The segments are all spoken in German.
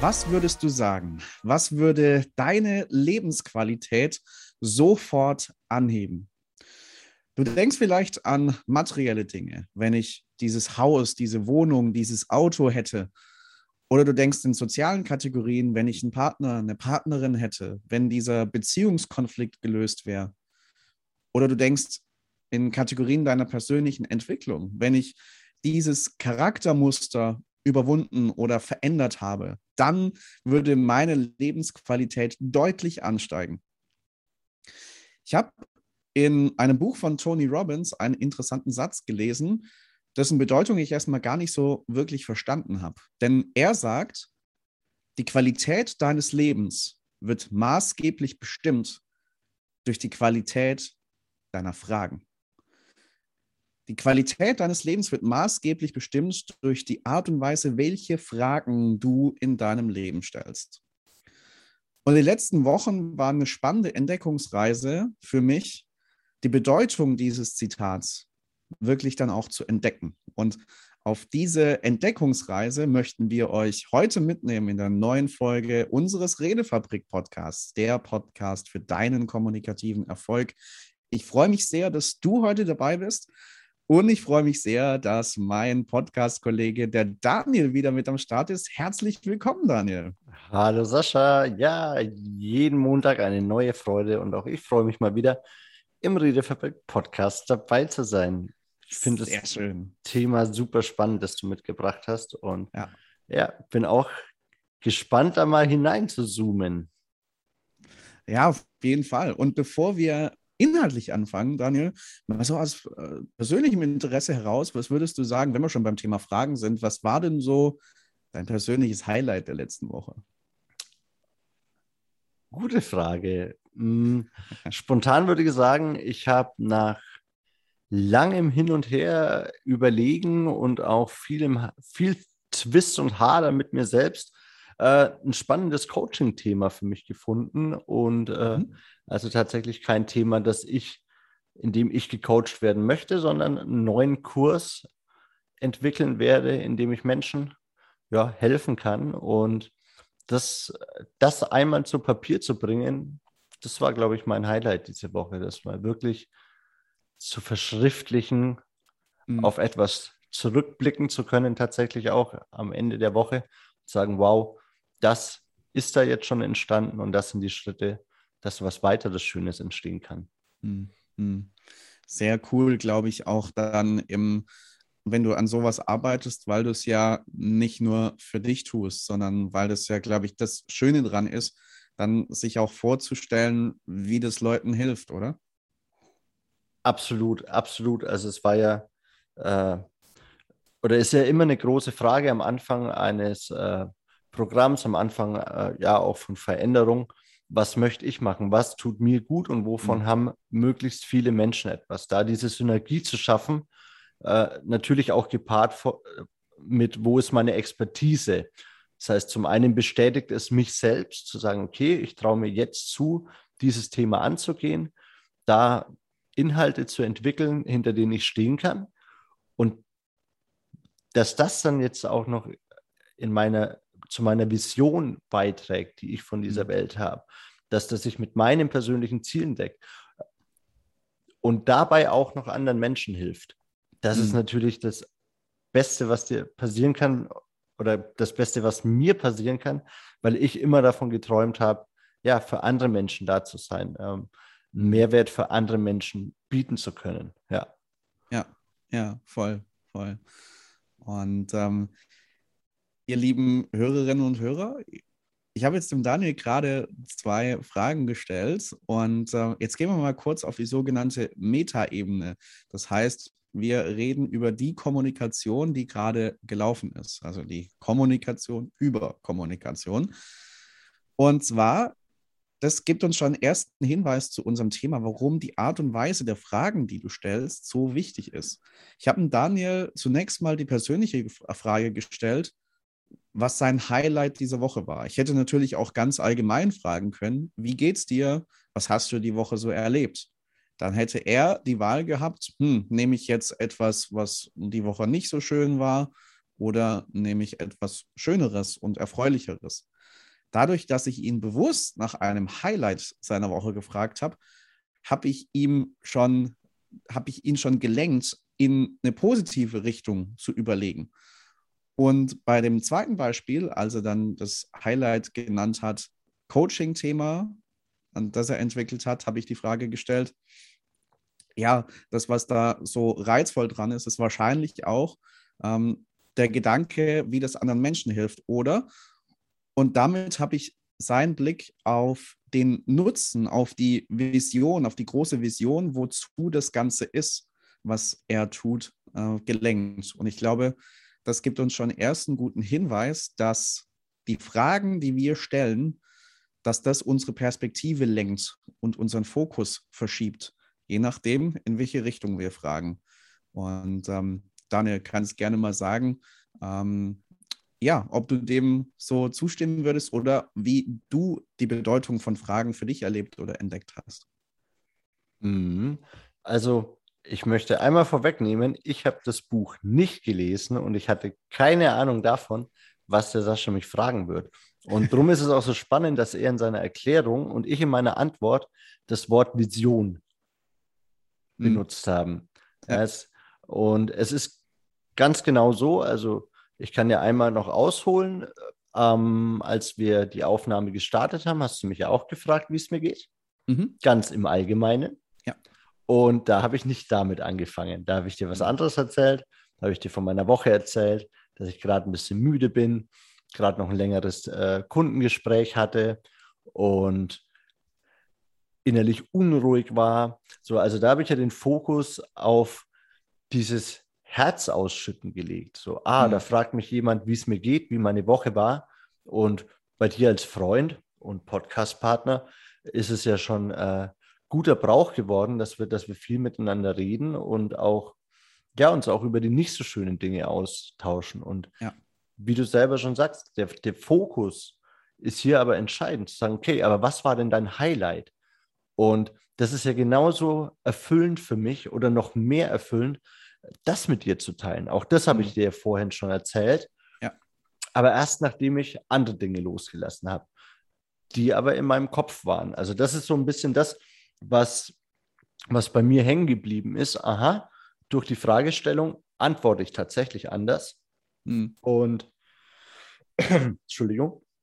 Was würdest du sagen? Was würde deine Lebensqualität sofort anheben? Du denkst vielleicht an materielle Dinge, wenn ich dieses Haus, diese Wohnung, dieses Auto hätte. Oder du denkst in sozialen Kategorien, wenn ich einen Partner, eine Partnerin hätte, wenn dieser Beziehungskonflikt gelöst wäre. Oder du denkst in Kategorien deiner persönlichen Entwicklung, wenn ich dieses Charaktermuster überwunden oder verändert habe, dann würde meine Lebensqualität deutlich ansteigen. Ich habe in einem Buch von Tony Robbins einen interessanten Satz gelesen, dessen Bedeutung ich erstmal gar nicht so wirklich verstanden habe. Denn er sagt, die Qualität deines Lebens wird maßgeblich bestimmt durch die Qualität deiner Fragen. Die Qualität deines Lebens wird maßgeblich bestimmt durch die Art und Weise, welche Fragen du in deinem Leben stellst. Und die letzten Wochen waren eine spannende Entdeckungsreise für mich, die Bedeutung dieses Zitats wirklich dann auch zu entdecken. Und auf diese Entdeckungsreise möchten wir euch heute mitnehmen in der neuen Folge unseres Redefabrik-Podcasts, der Podcast für deinen kommunikativen Erfolg. Ich freue mich sehr, dass du heute dabei bist. Und ich freue mich sehr, dass mein Podcast-Kollege, der Daniel, wieder mit am Start ist. Herzlich willkommen, Daniel. Hallo Sascha, ja, jeden Montag eine neue Freude und auch ich freue mich mal wieder im Redefabrik Podcast dabei zu sein. Ich finde das Sehr schön. Thema super spannend, das du mitgebracht hast und Ja. ja, bin auch gespannt, da mal hinein zu zoomen. Ja, auf jeden Fall. Und bevor wir inhaltlich anfangen, Daniel, mal so aus persönlichem Interesse heraus, was würdest du sagen, wenn wir schon beim Thema Fragen sind, was war denn so dein persönliches Highlight der letzten Woche? Gute Frage. Spontan würde ich sagen, ich habe nach langem Hin und Her überlegen und auch viel Twist und Hader mit mir selbst ein spannendes Coaching-Thema für mich gefunden und Mhm. also tatsächlich kein Thema, in dem ich gecoacht werden möchte, sondern einen neuen Kurs entwickeln werde, in dem ich Menschen ja, helfen kann und das einmal zu Papier zu bringen, das war, glaube ich, mein Highlight diese Woche, das mal wirklich zu verschriftlichen, Mhm. auf etwas zurückblicken zu können, tatsächlich auch am Ende der Woche, sagen, wow, das ist da jetzt schon entstanden und das sind die Schritte, dass was weiteres Schönes entstehen kann. Mhm. Mhm. Sehr cool, glaube ich, auch dann wenn du an sowas arbeitest, weil du es ja nicht nur für dich tust, sondern weil das ja, glaube ich, das Schöne dran ist, dann sich auch vorzustellen, wie das Leuten hilft, oder? Absolut, absolut. Also es war ja, äh, oder ist ja immer eine große Frage am Anfang eines Programms, am Anfang ja auch von Veränderung. Was möchte ich machen? Was tut mir gut und Mhm. wovon haben möglichst viele Menschen etwas? Da diese Synergie zu schaffen, natürlich auch mit, wo ist meine Expertise? Das heißt, zum einen bestätigt es mich selbst, zu sagen, okay, ich traue mir jetzt zu, dieses Thema anzugehen, da Inhalte zu entwickeln, hinter denen ich stehen kann. Und dass das dann jetzt auch noch in zu meiner Vision beiträgt, die ich von dieser Mhm. Welt habe, dass das sich mit meinen persönlichen Zielen deckt und dabei auch noch anderen Menschen hilft. Das ist Mhm. natürlich das Beste, was dir passieren kann oder das Beste, was mir passieren kann, weil ich immer davon geträumt habe, ja, für andere Menschen da zu sein, einen Mhm. Mehrwert für andere Menschen bieten zu können. Ja. Ja, ja, voll, voll. Und ihr lieben Hörerinnen und Hörer, ich habe jetzt dem Daniel gerade zwei Fragen gestellt und jetzt gehen wir mal kurz auf die sogenannte Metaebene. Das heißt, wir reden über die Kommunikation, die gerade gelaufen ist, also die Kommunikation über Kommunikation. Und zwar, das gibt uns schon einen ersten Hinweis zu unserem Thema, warum die Art und Weise der Fragen, die du stellst, so wichtig ist. Ich habe Daniel zunächst mal die persönliche Frage gestellt, was sein Highlight dieser Woche war. Ich hätte natürlich auch ganz allgemein fragen können, wie geht's dir? Was hast du die Woche so erlebt? Dann hätte er die Wahl gehabt, nehme ich jetzt etwas, was die Woche nicht so schön war, oder nehme ich etwas Schöneres und Erfreulicheres? dadurch, dass ich ihn bewusst nach einem Highlight seiner Woche gefragt habe, habe ich ihn schon gelenkt, in eine positive Richtung zu überlegen. Und bei dem zweiten Beispiel, als er dann das Highlight genannt hat, Coaching-Thema, das er entwickelt hat, habe ich die Frage gestellt, ja, das, was da so reizvoll dran ist, ist wahrscheinlich auch der Gedanke, wie das anderen Menschen hilft, oder? Und damit habe ich seinen Blick auf den Nutzen, auf die Vision, auf die große Vision, wozu das Ganze ist, was er tut, gelenkt. Und ich glaube, das gibt uns schon erst einen guten Hinweis, dass die Fragen, die wir stellen, dass das unsere Perspektive lenkt und unseren Fokus verschiebt, je nachdem, in welche Richtung wir fragen. Und Daniel, kannst gerne mal sagen, ja, ob du dem so zustimmen würdest oder wie du die Bedeutung von Fragen für dich erlebt oder entdeckt hast. Also, ich möchte einmal vorwegnehmen, ich habe das Buch nicht gelesen und ich hatte keine Ahnung davon, was der Sascha mich fragen wird. Und darum ist es auch so spannend, dass er in seiner Erklärung und ich in meiner Antwort das Wort Vision benutzt haben. Ja. Und es ist ganz genau so, also ich kann ja einmal noch ausholen, als wir die Aufnahme gestartet haben, hast du mich ja auch gefragt, wie es mir geht. Ganz im Allgemeinen. Ja. Und da habe ich nicht damit angefangen. Da habe ich dir was anderes erzählt. Da habe ich dir von meiner Woche erzählt, dass ich gerade ein bisschen müde bin, gerade noch ein längeres Kundengespräch hatte und innerlich unruhig war. So, also da habe ich ja den Fokus auf dieses Herzausschütten gelegt. So, da fragt mich jemand, wie es mir geht, wie meine Woche war. Und bei dir als Freund und Podcast-Partner ist es ja schon guter Brauch geworden, dass wir viel miteinander reden und auch uns auch über die nicht so schönen Dinge austauschen. Und wie du selber schon sagst, der Fokus ist hier aber entscheidend, zu sagen, okay, aber was war denn dein Highlight? Und das ist ja genauso erfüllend für mich oder noch mehr erfüllend, das mit dir zu teilen. Auch das habe ich dir ja vorhin schon erzählt. Ja. Aber erst nachdem ich andere Dinge losgelassen habe, die aber in meinem Kopf waren. Also das ist so ein bisschen das, was bei mir hängen geblieben ist. Aha, durch die Fragestellung antworte ich tatsächlich anders. Und Entschuldigung.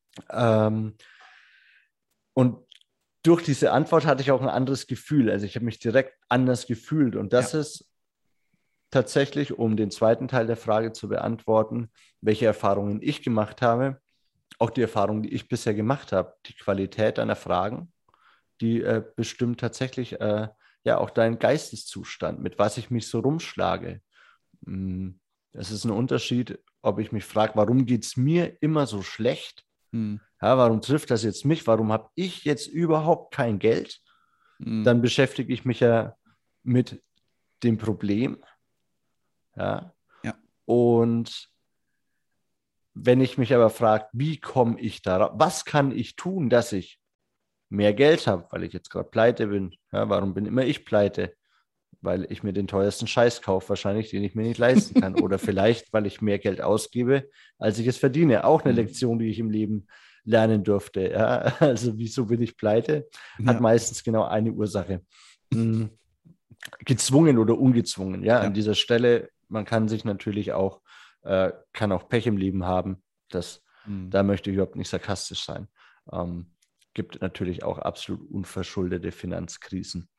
Und durch diese Antwort hatte ich auch ein anderes Gefühl. Also ich habe mich direkt anders gefühlt. Und das ist tatsächlich, um den zweiten Teil der Frage zu beantworten, welche Erfahrungen ich gemacht habe, auch die Erfahrungen, die ich bisher gemacht habe. Die Qualität deiner Fragen, die bestimmt tatsächlich auch deinen Geisteszustand, mit was ich mich so rumschlage. Es ist ein Unterschied, ob ich mich frage, warum geht es mir immer so schlecht? Warum trifft das jetzt mich? Warum habe ich jetzt überhaupt kein Geld? Dann beschäftige ich mich ja mit dem Problem. Und wenn ich mich aber frage, wie komme ich darauf? Was kann ich tun, dass ich mehr Geld habe, weil ich jetzt gerade pleite bin? Warum bin immer ich pleite? Weil ich mir den teuersten Scheiß kaufe, wahrscheinlich, den ich mir nicht leisten kann. Oder vielleicht, weil ich mehr Geld ausgebe, als ich es verdiene. Auch eine Lektion, die ich im Leben lernen durfte. Also wieso bin ich pleite? Hat meistens genau eine Ursache. Gezwungen oder ungezwungen. An dieser Stelle, man kann sich natürlich auch, kann auch Pech im Leben haben. Da möchte ich überhaupt nicht sarkastisch sein. Gibt natürlich auch absolut unverschuldete Finanzkrisen.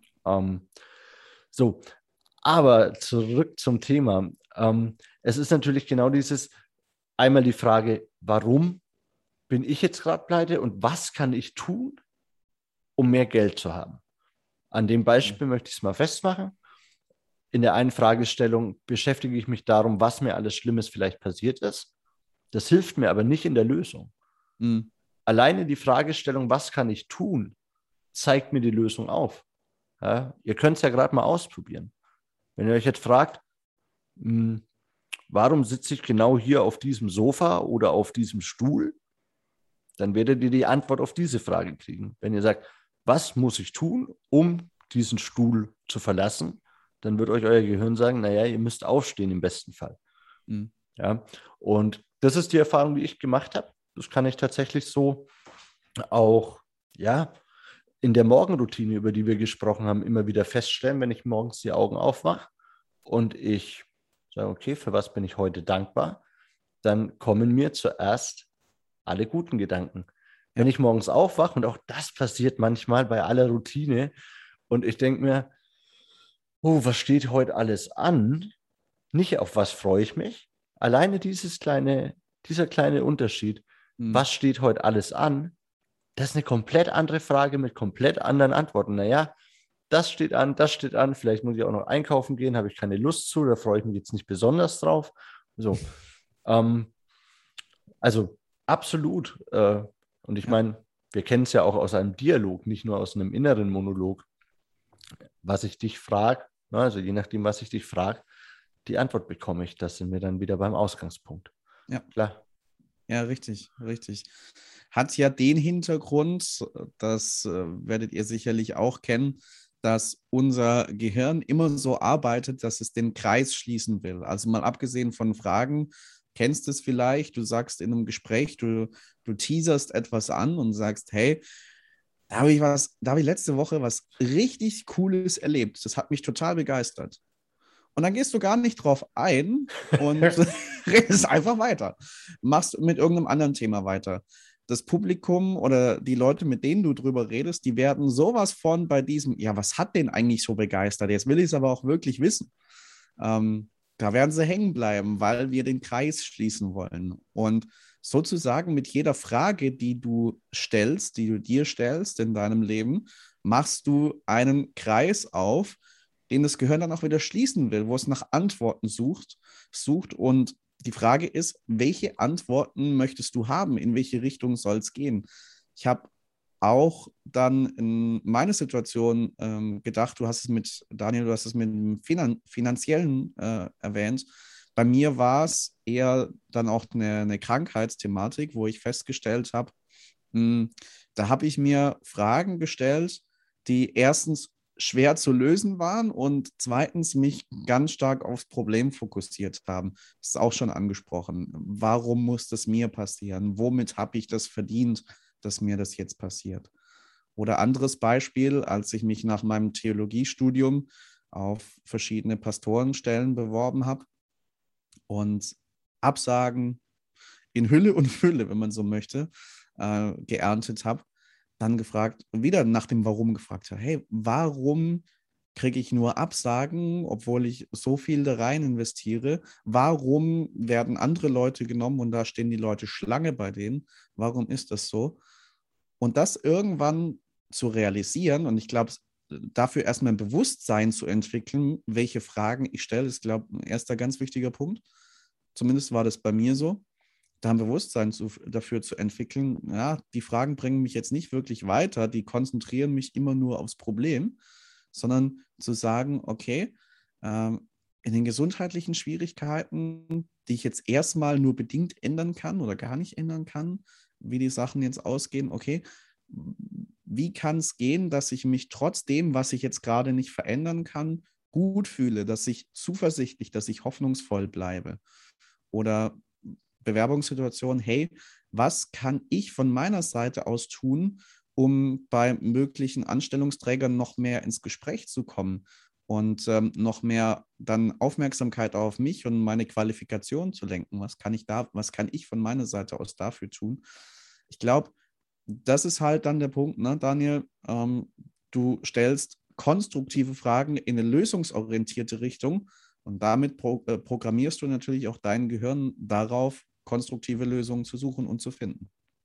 So, aber zurück zum Thema. Es ist natürlich genau einmal die Frage, warum bin ich jetzt gerade pleite und was kann ich tun, um mehr Geld zu haben? An dem Beispiel möchte ich es mal festmachen. In der einen Fragestellung beschäftige ich mich darum, was mir alles Schlimmes vielleicht passiert ist. Das hilft mir aber nicht in der Lösung. Alleine die Fragestellung, was kann ich tun, zeigt mir die Lösung auf. Ihr könnt es ja gerade mal ausprobieren. Wenn ihr euch jetzt fragt, warum sitze ich genau hier auf diesem Sofa oder auf diesem Stuhl, dann werdet ihr die Antwort auf diese Frage kriegen. Wenn ihr sagt, was muss ich tun, um diesen Stuhl zu verlassen, dann wird euch euer Gehirn sagen, naja, ihr müsst aufstehen im besten Fall. Und das ist die Erfahrung, die ich gemacht habe. das kann ich tatsächlich so auch, ja, in der Morgenroutine, über die wir gesprochen haben, immer wieder feststellen, wenn ich morgens die Augen aufwache und ich sage, okay, für was bin ich heute dankbar, dann kommen mir zuerst alle guten Gedanken. Wenn Ja. ich morgens aufwache, und auch das passiert manchmal bei aller Routine, und ich denke mir, oh, was steht heute alles an? Nicht auf was freue ich mich. Alleine dieser kleine Unterschied, Hm. was steht heute alles an, das ist eine komplett andere Frage mit komplett anderen Antworten. Naja, das steht an, vielleicht muss ich auch noch einkaufen gehen, habe ich keine Lust zu, da freue ich mich jetzt nicht besonders drauf. So, ähm, also absolut. Und ich Ja. meine, wir kennen es ja auch aus einem Dialog, nicht nur aus einem inneren Monolog. Was ich dich frage, also je nachdem, was ich dich frage, die Antwort bekomme ich. Das sind wir dann wieder beim Ausgangspunkt. Ja. Klar. Ja, richtig, richtig. Hat ja den Hintergrund, das werdet ihr sicherlich auch kennen, dass unser Gehirn immer so arbeitet, dass es den Kreis schließen will. Also mal abgesehen von Fragen, kennst du es vielleicht, du sagst in einem Gespräch, du teaserst etwas an und sagst, hey, da habe ich letzte Woche was richtig Cooles erlebt. Das hat mich total begeistert. Und dann gehst du gar nicht drauf ein und redest einfach weiter. Machst mit irgendeinem anderen Thema weiter. Das Publikum oder die Leute, mit denen du drüber redest, die werden sowas von bei diesem, ja, was hat den eigentlich so begeistert? Jetzt will ich es aber auch wirklich wissen. Da werden sie hängen bleiben, weil wir den Kreis schließen wollen. Und sozusagen mit jeder Frage, die du stellst, die du dir stellst in deinem Leben, machst du einen Kreis auf, den das Gehirn dann auch wieder schließen will, wo es nach Antworten sucht. Und die Frage ist, welche Antworten möchtest du haben? In welche Richtung soll es gehen? Ich habe auch dann in meine Situation gedacht, du hast es mit, Daniel, du hast es mit dem Finanziellen erwähnt. Bei mir war es eher dann auch eine Krankheitsthematik, wo ich festgestellt habe, da habe ich mir Fragen gestellt, die erstens schwer zu lösen waren und zweitens mich ganz stark aufs Problem fokussiert haben. Das ist auch schon angesprochen. Warum muss das mir passieren? Womit habe ich das verdient, dass mir das jetzt passiert? Oder anderes Beispiel, als ich mich nach meinem Theologiestudium auf verschiedene Pastorenstellen beworben habe und Absagen in Hülle und Fülle, wenn man so möchte, geerntet habe, dann gefragt, wieder nach dem Warum gefragt habe, hey, warum kriege ich nur Absagen, obwohl ich so viel da rein investiere? Warum werden andere Leute genommen und da stehen die Leute Schlange bei denen? Warum ist das so? Und das irgendwann zu realisieren, und ich glaube, dafür erstmal ein Bewusstsein zu entwickeln, welche Fragen ich stelle, ist, glaube ich, ein erster ganz wichtiger Punkt. Zumindest war das bei mir so, da ein Bewusstsein dafür zu entwickeln, ja, die Fragen bringen mich jetzt nicht wirklich weiter, die konzentrieren mich immer nur aufs Problem, sondern zu sagen, okay, in den gesundheitlichen Schwierigkeiten, die ich jetzt erstmal nur bedingt ändern kann oder gar nicht ändern kann, wie die Sachen jetzt ausgehen, okay, wie kann es gehen, dass ich mich trotzdem, was ich jetzt gerade nicht verändern kann, gut fühle, dass ich zuversichtlich, dass ich hoffnungsvoll bleibe? Oder Bewerbungssituation, hey, was kann ich von meiner Seite aus tun, um bei möglichen Anstellungsträgern noch mehr ins Gespräch zu kommen und noch mehr dann Aufmerksamkeit auf mich und meine Qualifikation zu lenken? Was kann ich von meiner Seite aus dafür tun? Ich glaube, das ist halt dann der Punkt, ne, Daniel? Du stellst konstruktive Fragen in eine lösungsorientierte Richtung und damit programmierst du natürlich auch dein Gehirn darauf, konstruktive Lösungen zu suchen und zu finden.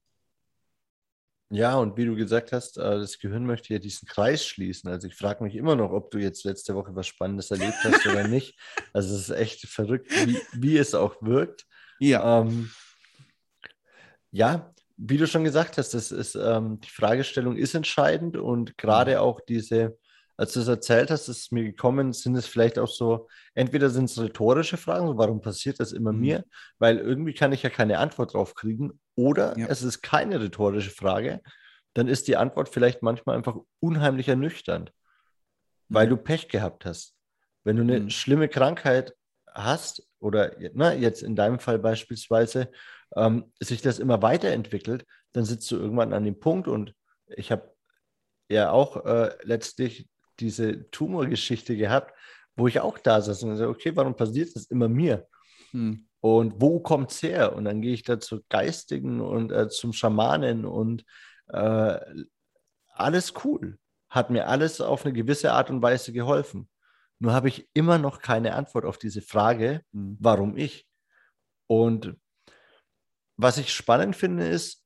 Ja, und wie du gesagt hast, das Gehirn möchte ja diesen Kreis schließen. Also ich frage mich immer noch, ob du jetzt letzte Woche was Spannendes erlebt hast oder nicht. Also es ist echt verrückt, wie es auch wirkt. Ja. Ähm, ja, wie du schon gesagt hast, die Fragestellung ist entscheidend und Mhm. gerade auch als du es erzählt hast, ist mir gekommen, sind es vielleicht auch so, entweder sind es rhetorische Fragen, so warum passiert das immer Mhm. mir, weil irgendwie kann ich ja keine Antwort drauf kriegen, oder Ja. es ist keine rhetorische Frage, dann ist die Antwort vielleicht manchmal einfach unheimlich ernüchternd, weil Mhm. du Pech gehabt hast. Wenn du eine Mhm. schlimme Krankheit hast, oder jetzt in deinem Fall beispielsweise, sich das immer weiterentwickelt, dann sitzt du irgendwann an dem Punkt und ich habe ja auch letztlich diese Tumorgeschichte gehabt, wo ich auch da saß und gesagt, okay, warum passiert das immer mir? Hm. Und wo kommt es her? Und dann gehe ich da zur Geistigen und zum Schamanen und äh, alles cool. Hat mir alles auf eine gewisse Art und Weise geholfen. Nur habe ich immer noch keine Antwort auf diese Frage, Hm. warum ich? Und was ich spannend finde, ist,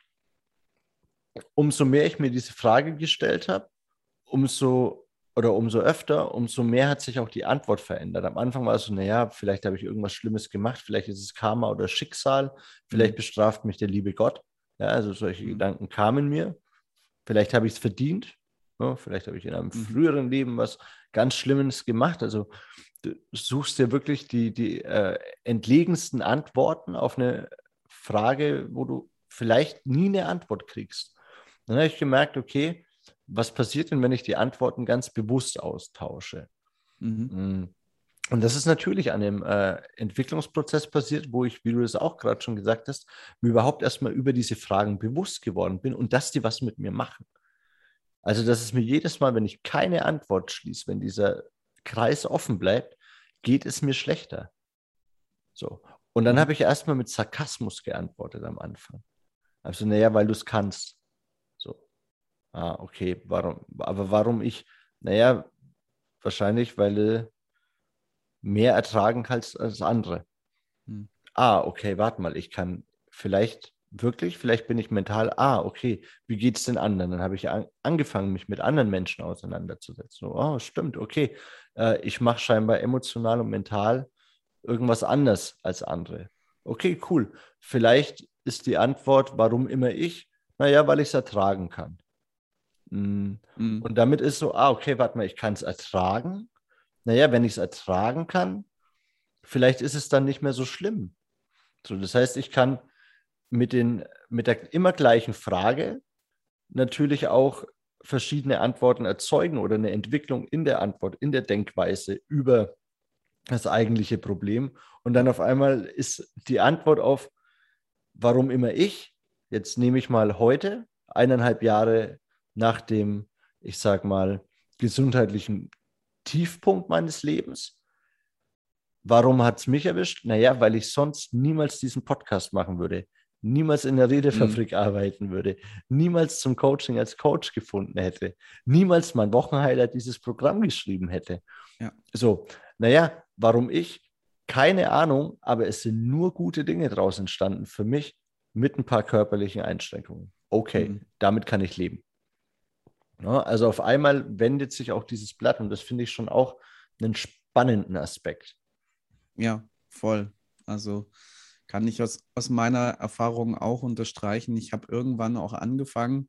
umso mehr ich mir diese Frage gestellt habe, umso öfter, umso mehr hat sich auch die Antwort verändert. Am Anfang war es so, naja, vielleicht habe ich irgendwas Schlimmes gemacht, vielleicht ist es Karma oder Schicksal, Hm. vielleicht bestraft mich der liebe Gott. Ja, also solche Hm. Gedanken kamen mir. Vielleicht habe ich es verdient. Ja, vielleicht habe ich in einem Mhm. früheren Leben was ganz Schlimmes gemacht. Also du suchst dir wirklich die entlegensten Antworten auf eine Frage, wo du vielleicht nie eine Antwort kriegst. Dann habe ich gemerkt, okay, was passiert denn, wenn ich die Antworten ganz bewusst austausche? Mhm. Mm. Und das ist natürlich an dem Entwicklungsprozess passiert, wo ich, wie du es auch gerade schon gesagt hast, mir überhaupt erstmal über diese Fragen bewusst geworden bin und dass die was mit mir machen. Also, dass es mir jedes Mal, wenn ich keine Antwort schließe, wenn dieser Kreis offen bleibt, geht es mir schlechter. So. Und dann habe Mhm. ich erstmal mit Sarkasmus geantwortet am Anfang. Also, naja, weil du es kannst. So. Ah, okay, warum? Aber warum ich? Naja, wahrscheinlich, weil du mehr ertragen kannst als andere. Hm. Ah, okay, warte mal, ich kann vielleicht wirklich, vielleicht bin ich mental, okay, wie geht es den anderen? Dann habe ich angefangen, mich mit anderen Menschen auseinanderzusetzen. So, oh, stimmt, okay, ich mache scheinbar emotional und mental irgendwas anders als andere. Okay, cool. Vielleicht ist die Antwort, warum immer ich? Naja, weil ich es ertragen kann. Mm. Hm. Und damit ist so, okay, warte mal, ich kann es ertragen. Naja, wenn ich es ertragen kann, vielleicht ist es dann nicht mehr so schlimm. So, das heißt, ich kann mit der immer gleichen Frage natürlich auch verschiedene Antworten erzeugen oder eine Entwicklung in der Antwort, in der Denkweise über das eigentliche Problem. Und dann Ja. auf einmal ist die Antwort auf, warum immer ich, jetzt nehme ich mal heute, 1,5 Jahre nach dem, ich sag mal, gesundheitlichen Tiefpunkt meines Lebens. Warum hat es mich erwischt? Naja, weil ich sonst niemals diesen Podcast machen würde, niemals in der Hm. Redefabrik arbeiten würde, niemals zum Coaching als Coach gefunden hätte, niemals mein Wochenhighlight dieses Programm geschrieben hätte. Ja. So, naja, warum ich? Keine Ahnung, aber es sind nur gute Dinge draus entstanden für mich mit ein paar körperlichen Einschränkungen. Okay, Hm. damit kann ich leben. Ja, also auf einmal wendet sich auch dieses Blatt und das finde ich schon auch einen spannenden Aspekt. Ja, voll. Also kann ich aus meiner Erfahrung auch unterstreichen. Ich habe irgendwann auch angefangen,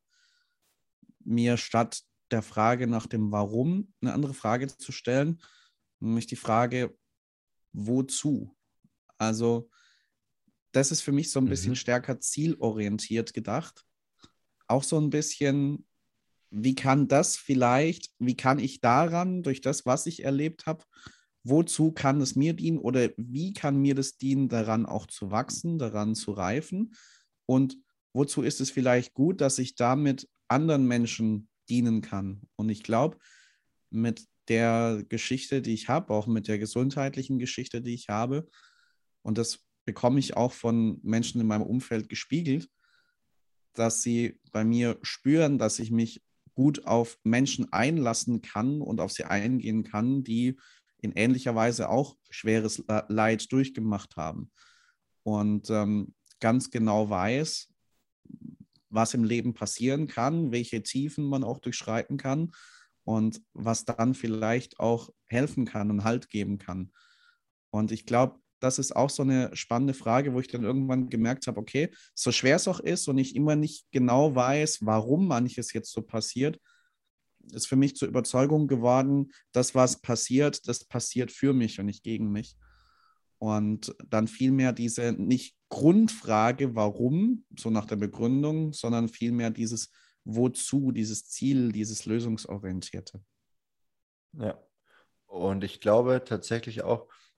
mir statt der Frage nach dem Warum eine andere Frage zu stellen, nämlich die Frage, wozu? Also das ist für mich so ein bisschen Mhm. stärker zielorientiert gedacht. Auch so ein bisschen, wie kann das vielleicht, wie kann ich daran, durch das, was ich erlebt habe, wozu kann es mir dienen oder wie kann mir das dienen, daran auch zu wachsen, daran zu reifen? Und wozu ist es vielleicht gut, dass ich damit anderen Menschen dienen kann? Und ich glaube, mit der Geschichte, die ich habe, auch mit der gesundheitlichen Geschichte, die ich habe, und das bekomme ich auch von Menschen in meinem Umfeld gespiegelt, dass sie bei mir spüren, dass ich mich gut auf Menschen einlassen kann und auf sie eingehen kann, die in ähnlicher Weise auch schweres Leid durchgemacht haben. Und ganz genau weiß, was im Leben passieren kann, welche Tiefen man auch durchschreiten kann und was dann vielleicht auch helfen kann und Halt geben kann. Und ich glaube, das ist auch so eine spannende Frage, wo ich dann irgendwann gemerkt habe, okay, so schwer es auch ist und ich immer nicht genau weiß, warum manches jetzt so passiert, ist für mich zur Überzeugung geworden, das, was passiert, das passiert für mich und nicht gegen mich. Und dann vielmehr diese nicht Grundfrage, warum, so nach der Begründung, sondern vielmehr dieses Wozu, dieses Ziel, dieses Lösungsorientierte. Ja. Und ich glaube tatsächlich auch,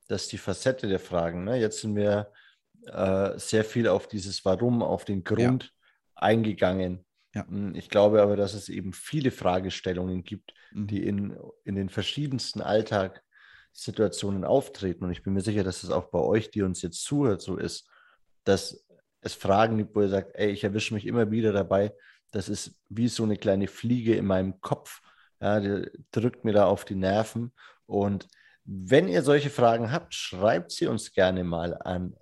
dass die Facette der Fragen, ne, jetzt sind wir sehr viel auf dieses Warum, auf den Ja, Grund eingegangen. ja. Ich glaube aber, dass es eben viele Fragestellungen gibt, Mhm. die in den verschiedensten Alltagssituationen auftreten. Und ich bin mir sicher, dass es auch bei euch, die uns jetzt zuhört, so ist, dass es Fragen gibt, wo ihr sagt, ey, ich erwische mich immer wieder dabei, das ist wie so eine kleine Fliege in meinem Kopf, ja, die drückt mir da auf die Nerven. Und wenn ihr solche Fragen habt, schreibt sie uns gerne mal an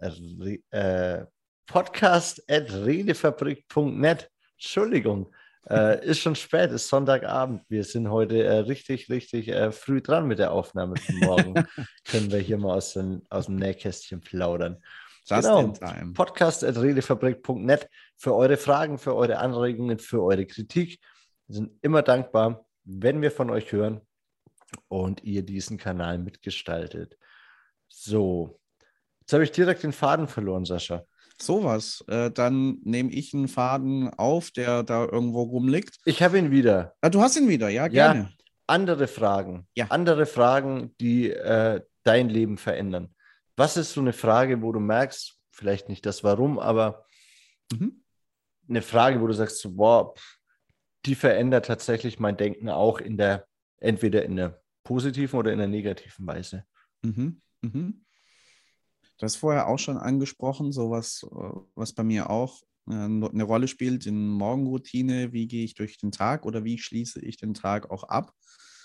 podcast.redefabrik.net. Entschuldigung, ist schon spät, ist Sonntagabend. Wir sind heute richtig, richtig früh dran mit der Aufnahme für morgen. Können wir hier mal aus dem Nähkästchen plaudern. Just in Genau, time. podcast.redefabrik.net für eure Fragen, für eure Anregungen, für eure Kritik. Wir sind immer dankbar, wenn wir von euch hören und ihr diesen Kanal mitgestaltet. So, jetzt habe ich direkt den Faden verloren, Sascha. Sowas. Dann nehme ich einen Faden auf, der da irgendwo rumliegt. Ich habe ihn wieder. Ah, du hast ihn wieder, ja, Ja, gerne. andere Ja. Fragen, die dein Leben verändern. Was ist so eine Frage, wo du merkst, vielleicht nicht das Warum, aber Mhm. eine Frage, wo du sagst, so, boah, die verändert tatsächlich mein Denken auch entweder in der positiven oder in der negativen Weise. Mhm. Mhm. Du hast vorher auch schon angesprochen, sowas, was bei mir auch eine Rolle spielt in Morgenroutine. Wie gehe ich durch den Tag oder wie schließe ich den Tag auch ab?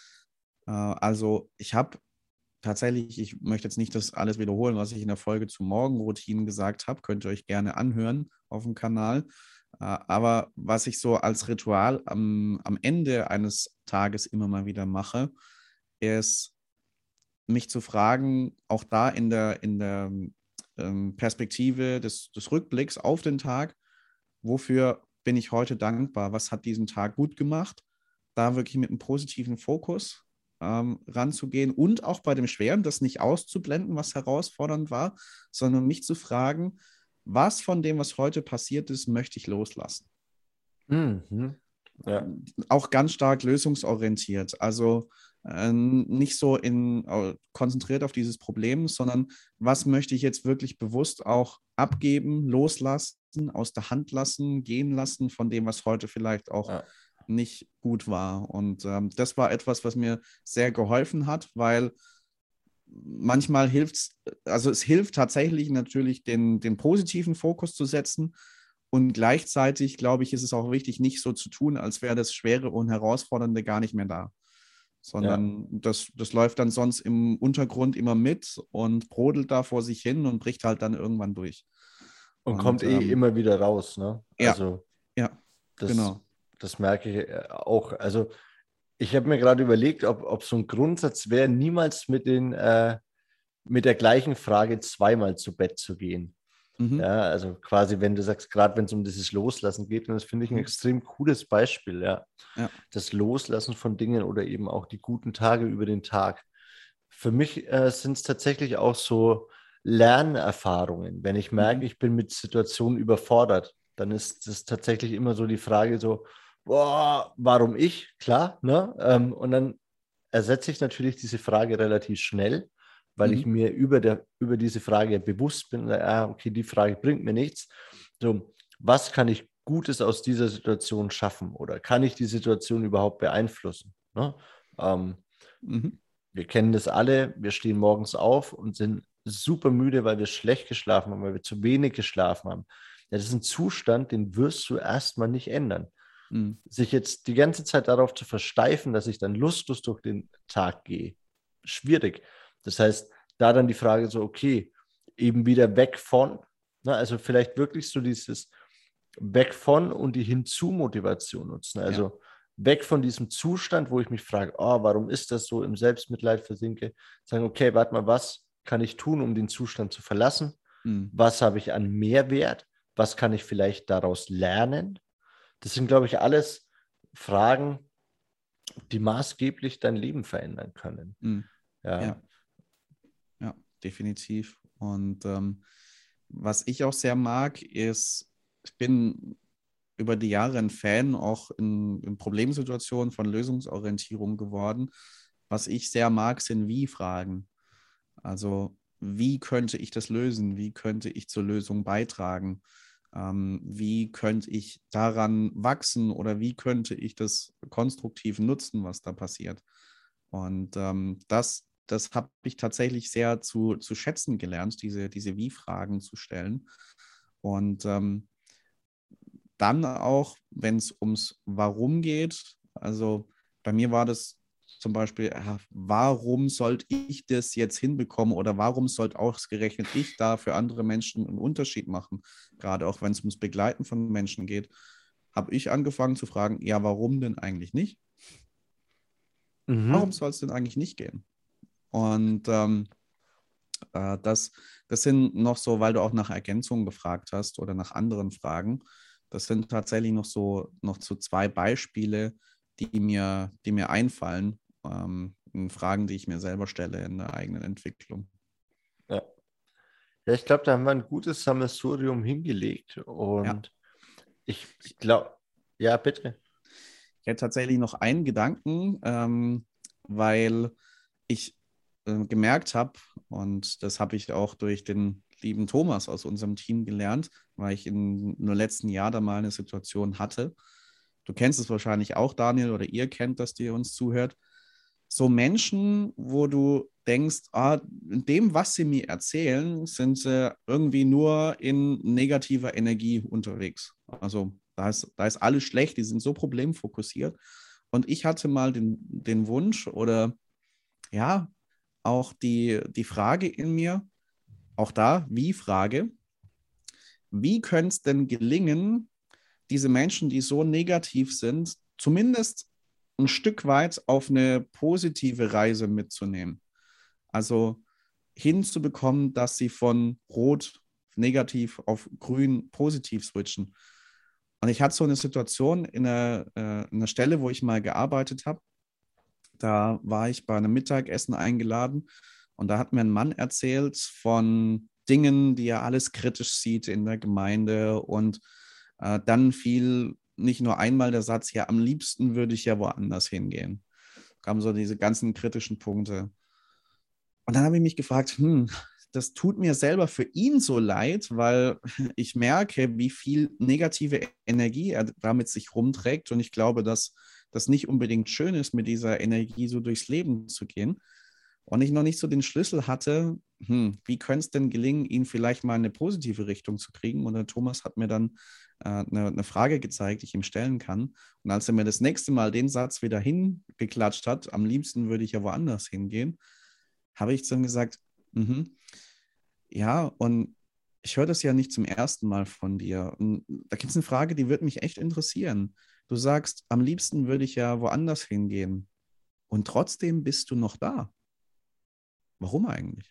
Also ich habe tatsächlich, ich möchte jetzt nicht das alles wiederholen, was ich in der Folge zu Morgenroutinen gesagt habe, könnt ihr euch gerne anhören auf dem Kanal. Aber was ich so als Ritual am Ende eines Tages immer mal wieder mache, ist mich zu fragen, auch da in der Perspektive des Rückblicks auf den Tag, wofür bin ich heute dankbar? Was hat diesen Tag gut gemacht? Da wirklich mit einem positiven Fokus ranzugehen und auch bei dem Schweren, das nicht auszublenden, was herausfordernd war, sondern mich zu fragen, was von dem, was heute passiert ist, möchte ich loslassen? Mhm. Ja. Auch ganz stark lösungsorientiert. Also nicht so konzentriert auf dieses Problem, sondern was möchte ich jetzt wirklich bewusst auch abgeben, loslassen, aus der Hand lassen, gehen lassen von dem, was heute vielleicht auch Ja. nicht gut war. Und das war etwas, was mir sehr geholfen hat, weil manchmal hilft es, also es hilft tatsächlich natürlich, den positiven Fokus zu setzen. Und gleichzeitig, glaube ich, ist es auch wichtig, nicht so zu tun, als wäre das Schwere und Herausfordernde gar nicht mehr da. Ja. Sondern das läuft dann sonst im Untergrund immer mit und brodelt da vor sich hin und bricht halt dann irgendwann durch. Und kommt Und immer wieder raus, ne? ja, Also ja, das, genau. das merke ich auch. Also ich habe mir gerade überlegt, ob so ein Grundsatz wäre, niemals mit der gleichen Frage zweimal zu Bett zu gehen. Mhm. Ja, also quasi, wenn du sagst, gerade wenn es um dieses Loslassen geht, und das finde ich ein Mhm. extrem cooles Beispiel, ja. Ja. Das Loslassen von Dingen oder eben auch die guten Tage über den Tag. Für mich sind es tatsächlich auch so Lernerfahrungen. Wenn ich merke, Mhm. ich bin mit Situationen überfordert, dann ist es tatsächlich immer so die Frage so, boah, warum ich? Klar, ne? Und dann ersetze ich natürlich diese Frage relativ schnell, weil ich Mhm. mir über diese Frage bewusst bin, okay, die Frage bringt mir nichts. So, was kann ich Gutes aus dieser Situation schaffen oder kann ich die Situation überhaupt beeinflussen? Ne? Ähm, Mhm. Wir kennen das alle, wir stehen morgens auf und sind super müde, weil wir schlecht geschlafen haben, weil wir zu wenig geschlafen haben. Ja, das ist ein Zustand, den wirst du erstmal nicht ändern. Mhm. Sich jetzt die ganze Zeit darauf zu versteifen, dass ich dann lustlos durch den Tag gehe, schwierig. Das heißt, da dann die Frage so, okay, eben wieder weg von, ne, also vielleicht wirklich so dieses weg von und die Hinzu-Motivation nutzen. Ja. Also weg von diesem Zustand, wo ich mich frage, oh, warum ist das so, im Selbstmitleid versinke, sagen, okay, warte mal, was kann ich tun, um den Zustand zu verlassen? Mhm. Was habe ich an Mehrwert? Was kann ich vielleicht daraus lernen? Das sind, glaube ich, alles Fragen, die maßgeblich dein Leben verändern können. Mhm. Ja. Ja. Ja, definitiv. Und was ich auch sehr mag, ist, ich bin über die Jahre ein Fan auch in Problemsituationen von Lösungsorientierung geworden. Was ich sehr mag, sind Wie-Fragen. Also wie könnte ich das lösen? Wie könnte ich zur Lösung beitragen? Wie könnte ich daran wachsen oder wie könnte ich das konstruktiv nutzen, was da passiert? Und das habe ich tatsächlich sehr zu schätzen gelernt, diese Wie-Fragen zu stellen. Und dann auch, wenn es ums Warum geht, also bei mir war das zum Beispiel, warum sollte ich das jetzt hinbekommen oder warum sollte ausgerechnet ich da für andere Menschen einen Unterschied machen? Gerade auch wenn es ums Begleiten von Menschen geht, habe ich angefangen zu fragen, ja, warum denn eigentlich nicht? Warum Mhm. soll es denn eigentlich nicht gehen? Und das sind noch so, weil du auch nach Ergänzungen gefragt hast oder nach anderen Fragen. Das sind tatsächlich noch so zwei Beispiele, die mir einfallen, in Fragen, die ich mir selber stelle in der eigenen Entwicklung. Ja. Ja, ich glaube, da haben wir ein gutes Sammelsurium hingelegt. Ja, Und ich glaube, ja, bitte. ich hätte tatsächlich noch einen Gedanken, weil ich gemerkt habe, und das habe ich auch durch den lieben Thomas aus unserem Team gelernt, weil ich nur letzten Jahr da mal eine Situation hatte. Du kennst es wahrscheinlich auch, Daniel, oder ihr kennt das, die ihr uns zuhört. So Menschen, wo du denkst, in dem, was sie mir erzählen, sind sie irgendwie nur in negativer Energie unterwegs. Also da ist alles schlecht, die sind so problemfokussiert. Und ich hatte mal den Wunsch oder ja, auch die Frage in mir, auch da, wie Frage, wie könnte es denn gelingen, diese Menschen, die so negativ sind, zumindest ein Stück weit auf eine positive Reise mitzunehmen? Also hinzubekommen, dass sie von Rot negativ auf Grün positiv switchen. Und ich hatte so eine Situation in einer Stelle, wo ich mal gearbeitet habe. Da war ich bei einem Mittagessen eingeladen und da hat mir ein Mann erzählt von Dingen, die er alles kritisch sieht in der Gemeinde. Und dann fiel nicht nur einmal der Satz, ja, am liebsten würde ich ja woanders hingehen. Kamen so diese ganzen kritischen Punkte. Und dann habe ich mich gefragt, das tut mir selber für ihn so leid, weil ich merke, wie viel negative Energie er damit sich rumträgt. Und ich glaube, dass das nicht unbedingt schön ist, mit dieser Energie so durchs Leben zu gehen. Und ich noch nicht so den Schlüssel hatte, wie könnte es denn gelingen, ihn vielleicht mal in eine positive Richtung zu kriegen? Und der Thomas hat mir dann eine Frage gezeigt, die ich ihm stellen kann. Und als er mir das nächste Mal den Satz wieder hingeklatscht hat, am liebsten würde ich ja woanders hingehen, habe ich dann gesagt, ja, und ich höre das ja nicht zum ersten Mal von dir. Und da gibt es eine Frage, die würde mich echt interessieren. Du sagst, am liebsten würde ich ja woanders hingehen. Und trotzdem bist du noch da. Warum eigentlich?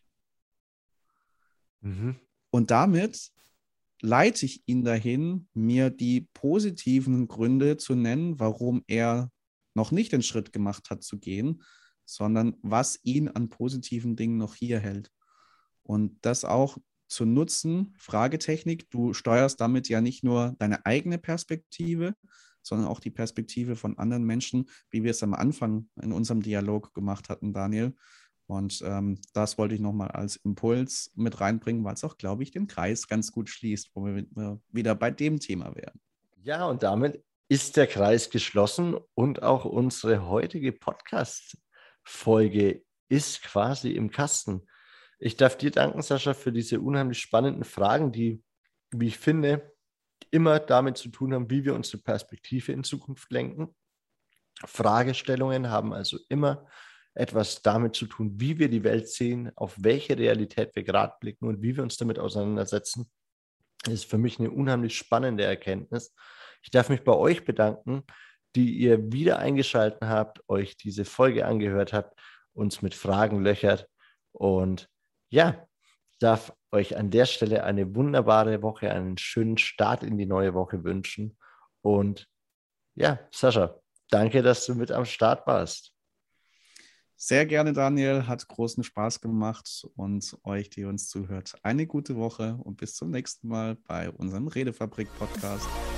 Mhm. Und damit leite ich ihn dahin, mir die positiven Gründe zu nennen, warum er noch nicht den Schritt gemacht hat zu gehen, sondern was ihn an positiven Dingen noch hier hält. Und das auch zu nutzen, Fragetechnik, du steuerst damit ja nicht nur deine eigene Perspektive, sondern auch die Perspektive von anderen Menschen, wie wir es am Anfang in unserem Dialog gemacht hatten, Daniel. Und das wollte ich nochmal als Impuls mit reinbringen, weil es auch, glaube ich, den Kreis ganz gut schließt, wo wir wieder bei dem Thema wären. Ja, und damit ist der Kreis geschlossen und auch unsere heutige Podcast-Folge ist quasi im Kasten. Ich darf dir danken, Sascha, für diese unheimlich spannenden Fragen, die, wie ich finde, immer damit zu tun haben, wie wir unsere Perspektive in Zukunft lenken. Fragestellungen haben also immer etwas damit zu tun, wie wir die Welt sehen, auf welche Realität wir gerade blicken und wie wir uns damit auseinandersetzen. Das ist für mich eine unheimlich spannende Erkenntnis. Ich darf mich bei euch bedanken, die ihr wieder eingeschaltet habt, euch diese Folge angehört habt, uns mit Fragen löchert. Und ja, ich darf euch an der Stelle eine wunderbare Woche, einen schönen Start in die neue Woche wünschen. Und ja, Sascha, danke, dass du mit am Start warst. Sehr gerne, Daniel. Hat großen Spaß gemacht und euch, die uns zuhört, eine gute Woche und bis zum nächsten Mal bei unserem Redefabrik-Podcast.